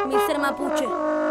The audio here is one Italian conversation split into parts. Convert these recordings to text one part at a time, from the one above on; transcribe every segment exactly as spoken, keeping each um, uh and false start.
mister Mapuche.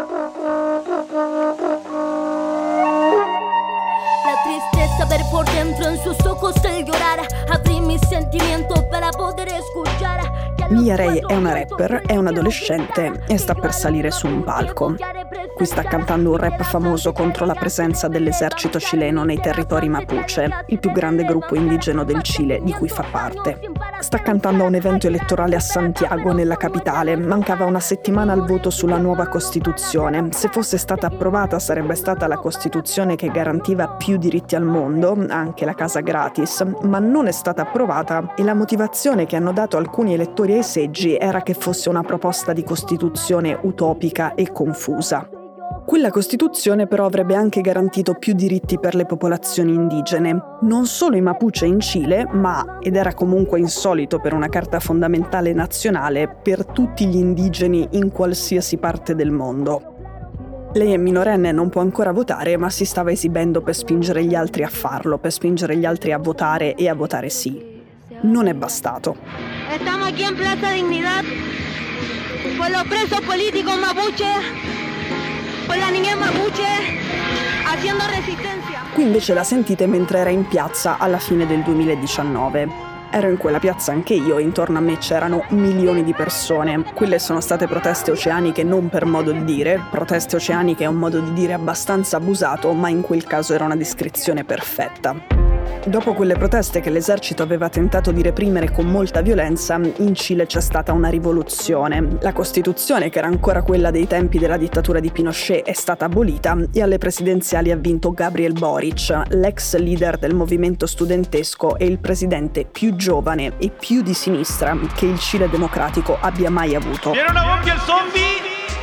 La tristeza ver por dentro en sus ojos el llorar. Abrí mis sentimientos para poder escuchar. Mia Ray è una rapper, è un'adolescente e sta per salire su un palco. Qui sta cantando un rap famoso contro la presenza dell'esercito cileno nei territori Mapuche, il più grande gruppo indigeno del Cile di cui fa parte. Sta cantando a un evento elettorale a Santiago, nella capitale. Mancava una settimana al voto sulla nuova Costituzione. Se fosse stata approvata sarebbe stata la Costituzione che garantiva più diritti al mondo, anche la casa gratis, ma non è stata approvata e la motivazione che hanno dato alcuni elettori ai seggi era che fosse una proposta di Costituzione utopica e confusa. Quella Costituzione però avrebbe anche garantito più diritti per le popolazioni indigene, non solo i Mapuche in Cile, ma, ed era comunque insolito per una carta fondamentale nazionale, per tutti gli indigeni in qualsiasi parte del mondo. Lei è minorenne e non può ancora votare, ma si stava esibendo per spingere gli altri a farlo, per spingere gli altri a votare e a votare sì. Non è bastato. Estamos aquí en Plaza Dignidad por los presos políticos mapuche. Con la niña Mapuche haciendo resistencia. Qui invece la sentite mentre era in piazza alla fine del duemiladiciannove. Ero in quella piazza anche io e intorno a me c'erano milioni di persone. Quelle sono state proteste oceaniche non per modo di dire. Proteste oceaniche è un modo di dire abbastanza abusato, ma in quel caso era una descrizione perfetta. Dopo quelle proteste che l'esercito aveva tentato di reprimere con molta violenza, in Cile c'è stata una rivoluzione. La Costituzione, che era ancora quella dei tempi della dittatura di Pinochet, è stata abolita e alle presidenziali ha vinto Gabriel Boric, l'ex leader del movimento studentesco e il presidente più giovane e più di sinistra che il Cile democratico abbia mai avuto. Viene una bombia il zombie!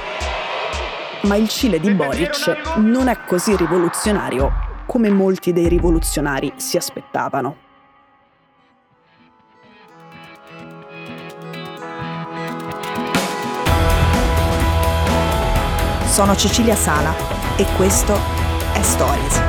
Ma il Cile di Boric non è così rivoluzionario come molti dei rivoluzionari si aspettavano. Sono Cecilia Sala e questo è Stories.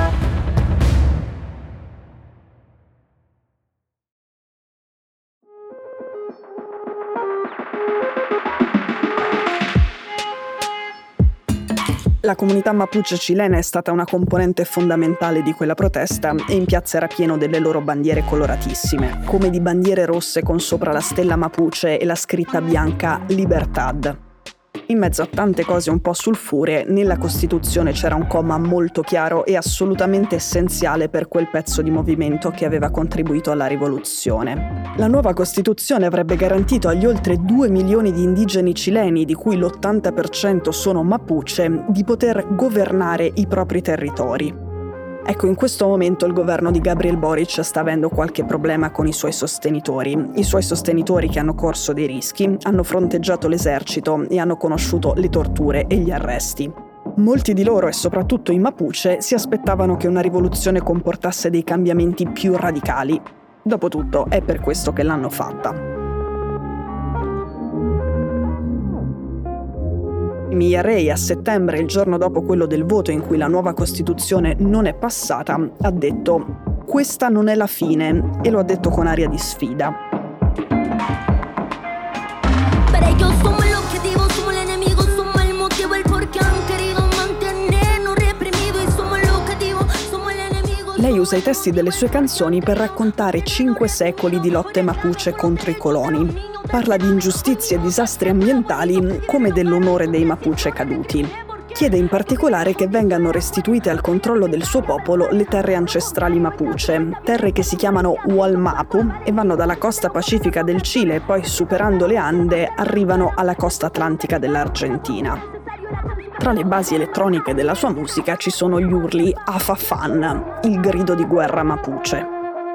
La comunità Mapuche cilena è stata una componente fondamentale di quella protesta e in piazza era pieno delle loro bandiere coloratissime, come di bandiere rosse con sopra la stella Mapuche e la scritta bianca Libertad. In mezzo a tante cose un po' sulfuree, nella Costituzione c'era un comma molto chiaro e assolutamente essenziale per quel pezzo di movimento che aveva contribuito alla rivoluzione. La nuova Costituzione avrebbe garantito agli oltre due milioni di indigeni cileni, di cui l'ottanta per cento sono Mapuche, di poter governare i propri territori. Ecco, in questo momento il governo di Gabriel Boric sta avendo qualche problema con i suoi sostenitori. I suoi sostenitori che hanno corso dei rischi, hanno fronteggiato l'esercito e hanno conosciuto le torture e gli arresti. Molti di loro, e soprattutto i Mapuche, si aspettavano che una rivoluzione comportasse dei cambiamenti più radicali. Dopotutto, è per questo che l'hanno fatta. Mia Ray a settembre, il giorno dopo quello del voto in cui la nuova Costituzione non è passata, ha detto «Questa non è la fine» e lo ha detto con aria di sfida. Lei usa i testi delle sue canzoni per raccontare cinque secoli di lotte Mapuche contro i coloni. Parla di ingiustizie e disastri ambientali come dell'onore dei Mapuche caduti. Chiede in particolare che vengano restituite al controllo del suo popolo le terre ancestrali Mapuche, terre che si chiamano Wallmapu e vanno dalla costa pacifica del Cile e poi, superando le Ande, arrivano alla costa atlantica dell'Argentina. Tra le basi elettroniche della sua musica ci sono gli urli Afafan, il grido di guerra Mapuche.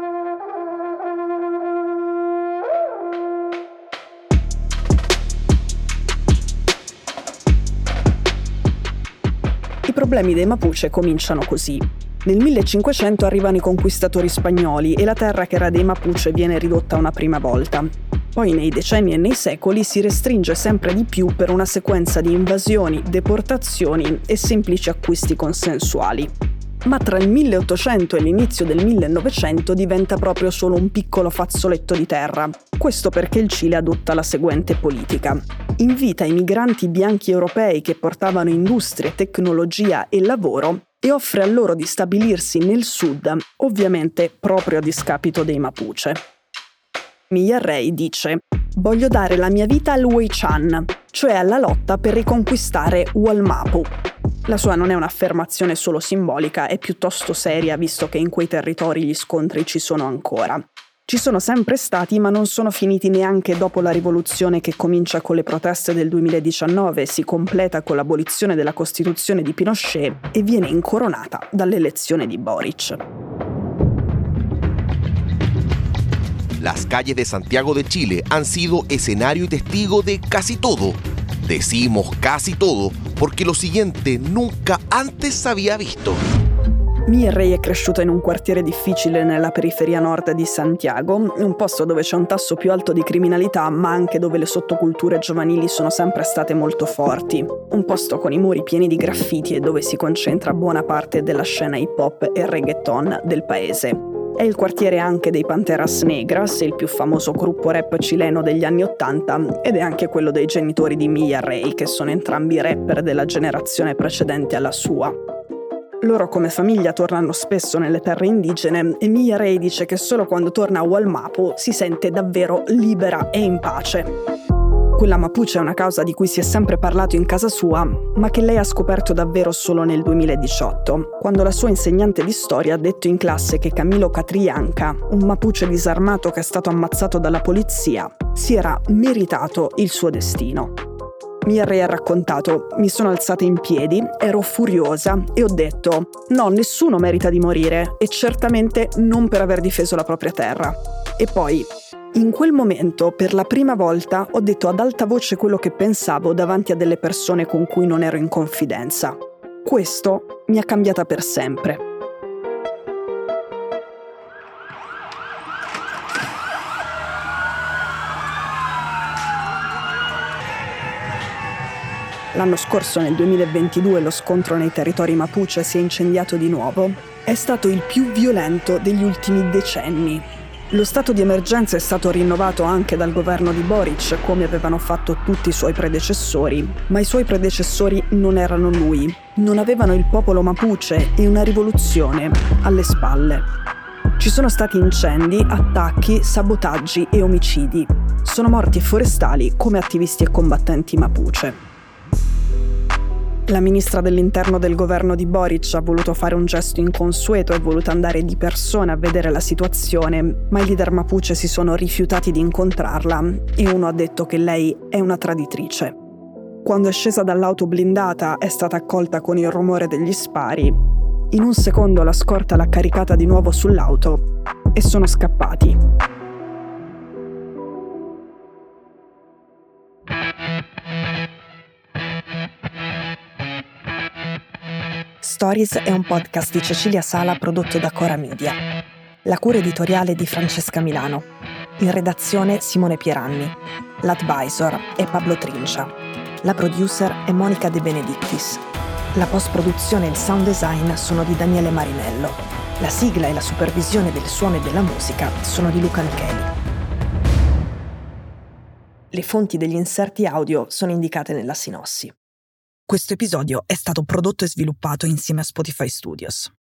I problemi dei Mapuche cominciano così. Nel millecinquecento arrivano i conquistatori spagnoli e la terra che era dei Mapuche viene ridotta una prima volta. Poi nei decenni e nei secoli si restringe sempre di più per una sequenza di invasioni, deportazioni e semplici acquisti consensuali. ma tra il milleottocento e l'inizio del millenovecento diventa proprio solo un piccolo fazzoletto di terra. Questo perché il Cile adotta la seguente politica. Invita i migranti bianchi europei che portavano industrie, tecnologia e lavoro e offre a loro di stabilirsi nel sud, ovviamente proprio a discapito dei Mapuche. Mia Rey dice: «Voglio dare la mia vita al Huaychan, cioè alla lotta per riconquistare Wallmapu». La sua non è un'affermazione solo simbolica, è piuttosto seria, visto che in quei territori gli scontri ci sono ancora. Ci sono sempre stati, ma non sono finiti neanche dopo la rivoluzione che comincia con le proteste del duemiladiciannove, si completa con l'abolizione della Costituzione di Pinochet e viene incoronata dall'elezione di Boric. Las calles de Santiago de Chile han sido escenario y testigo de casi todo. Decimos casi todo porque lo siguiente nunca antes se había visto. Mia Rey è cresciuta in un quartiere difficile nella periferia nord di Santiago, un posto dove c'è un tasso più alto di criminalità, ma anche dove le sottoculture giovanili sono sempre state molto forti. Un posto con i muri pieni di graffiti e dove si concentra buona parte della scena hip hop e reggaeton del paese. È il quartiere anche dei Panteras Negras, il più famoso gruppo rap cileno degli anni Ottanta, ed è anche quello dei genitori di Mia Rey, che sono entrambi rapper della generazione precedente alla sua. Loro come famiglia tornano spesso nelle terre indigene e Mia Rey dice che solo quando torna a Wallmapu si sente davvero libera e in pace. Quella Mapuche è una causa di cui si è sempre parlato in casa sua, ma che lei ha scoperto davvero solo nel duemiladiciotto, quando la sua insegnante di storia ha detto in classe che Camilo Catrillanca, un Mapuche disarmato che è stato ammazzato dalla polizia, si era meritato il suo destino. Mia Rey ha raccontato: «Mi sono alzata in piedi, ero furiosa e ho detto: no, nessuno merita di morire e certamente non per aver difeso la propria terra. E poi, in quel momento, per la prima volta, ho detto ad alta voce quello che pensavo davanti a delle persone con cui non ero in confidenza. Questo mi ha cambiata per sempre». L'anno scorso, nel duemilaventidue, lo scontro nei territori Mapuche si è incendiato di nuovo. È stato il più violento degli ultimi decenni. Lo stato di emergenza è stato rinnovato anche dal governo di Boric, come avevano fatto tutti i suoi predecessori, ma i suoi predecessori non erano lui. Non avevano il popolo Mapuche e una rivoluzione alle spalle. Ci sono stati incendi, attacchi, sabotaggi e omicidi. Sono morti forestali come attivisti e combattenti Mapuche. La ministra dell'interno del governo di Boric ha voluto fare un gesto inconsueto e è voluta andare di persona a vedere la situazione, ma i leader Mapuche si sono rifiutati di incontrarla e uno ha detto che lei è una traditrice. Quando è scesa dall'auto blindata è stata accolta con il rumore degli spari. In un secondo la scorta l'ha caricata di nuovo sull'auto e sono scappati. Stories è un podcast di Cecilia Sala prodotto da Cora Media. La cura editoriale è di Francesca Milano. In redazione Simone Pieranni. L'advisor è Pablo Trincia. La producer è Monica De Benedictis. La post-produzione e il sound design sono di Daniele Marinello. La sigla e la supervisione del suono e della musica sono di Luca Micheli. Le fonti degli inserti audio sono indicate nella sinossi. Questo episodio è stato prodotto e sviluppato insieme a Spotify Studios.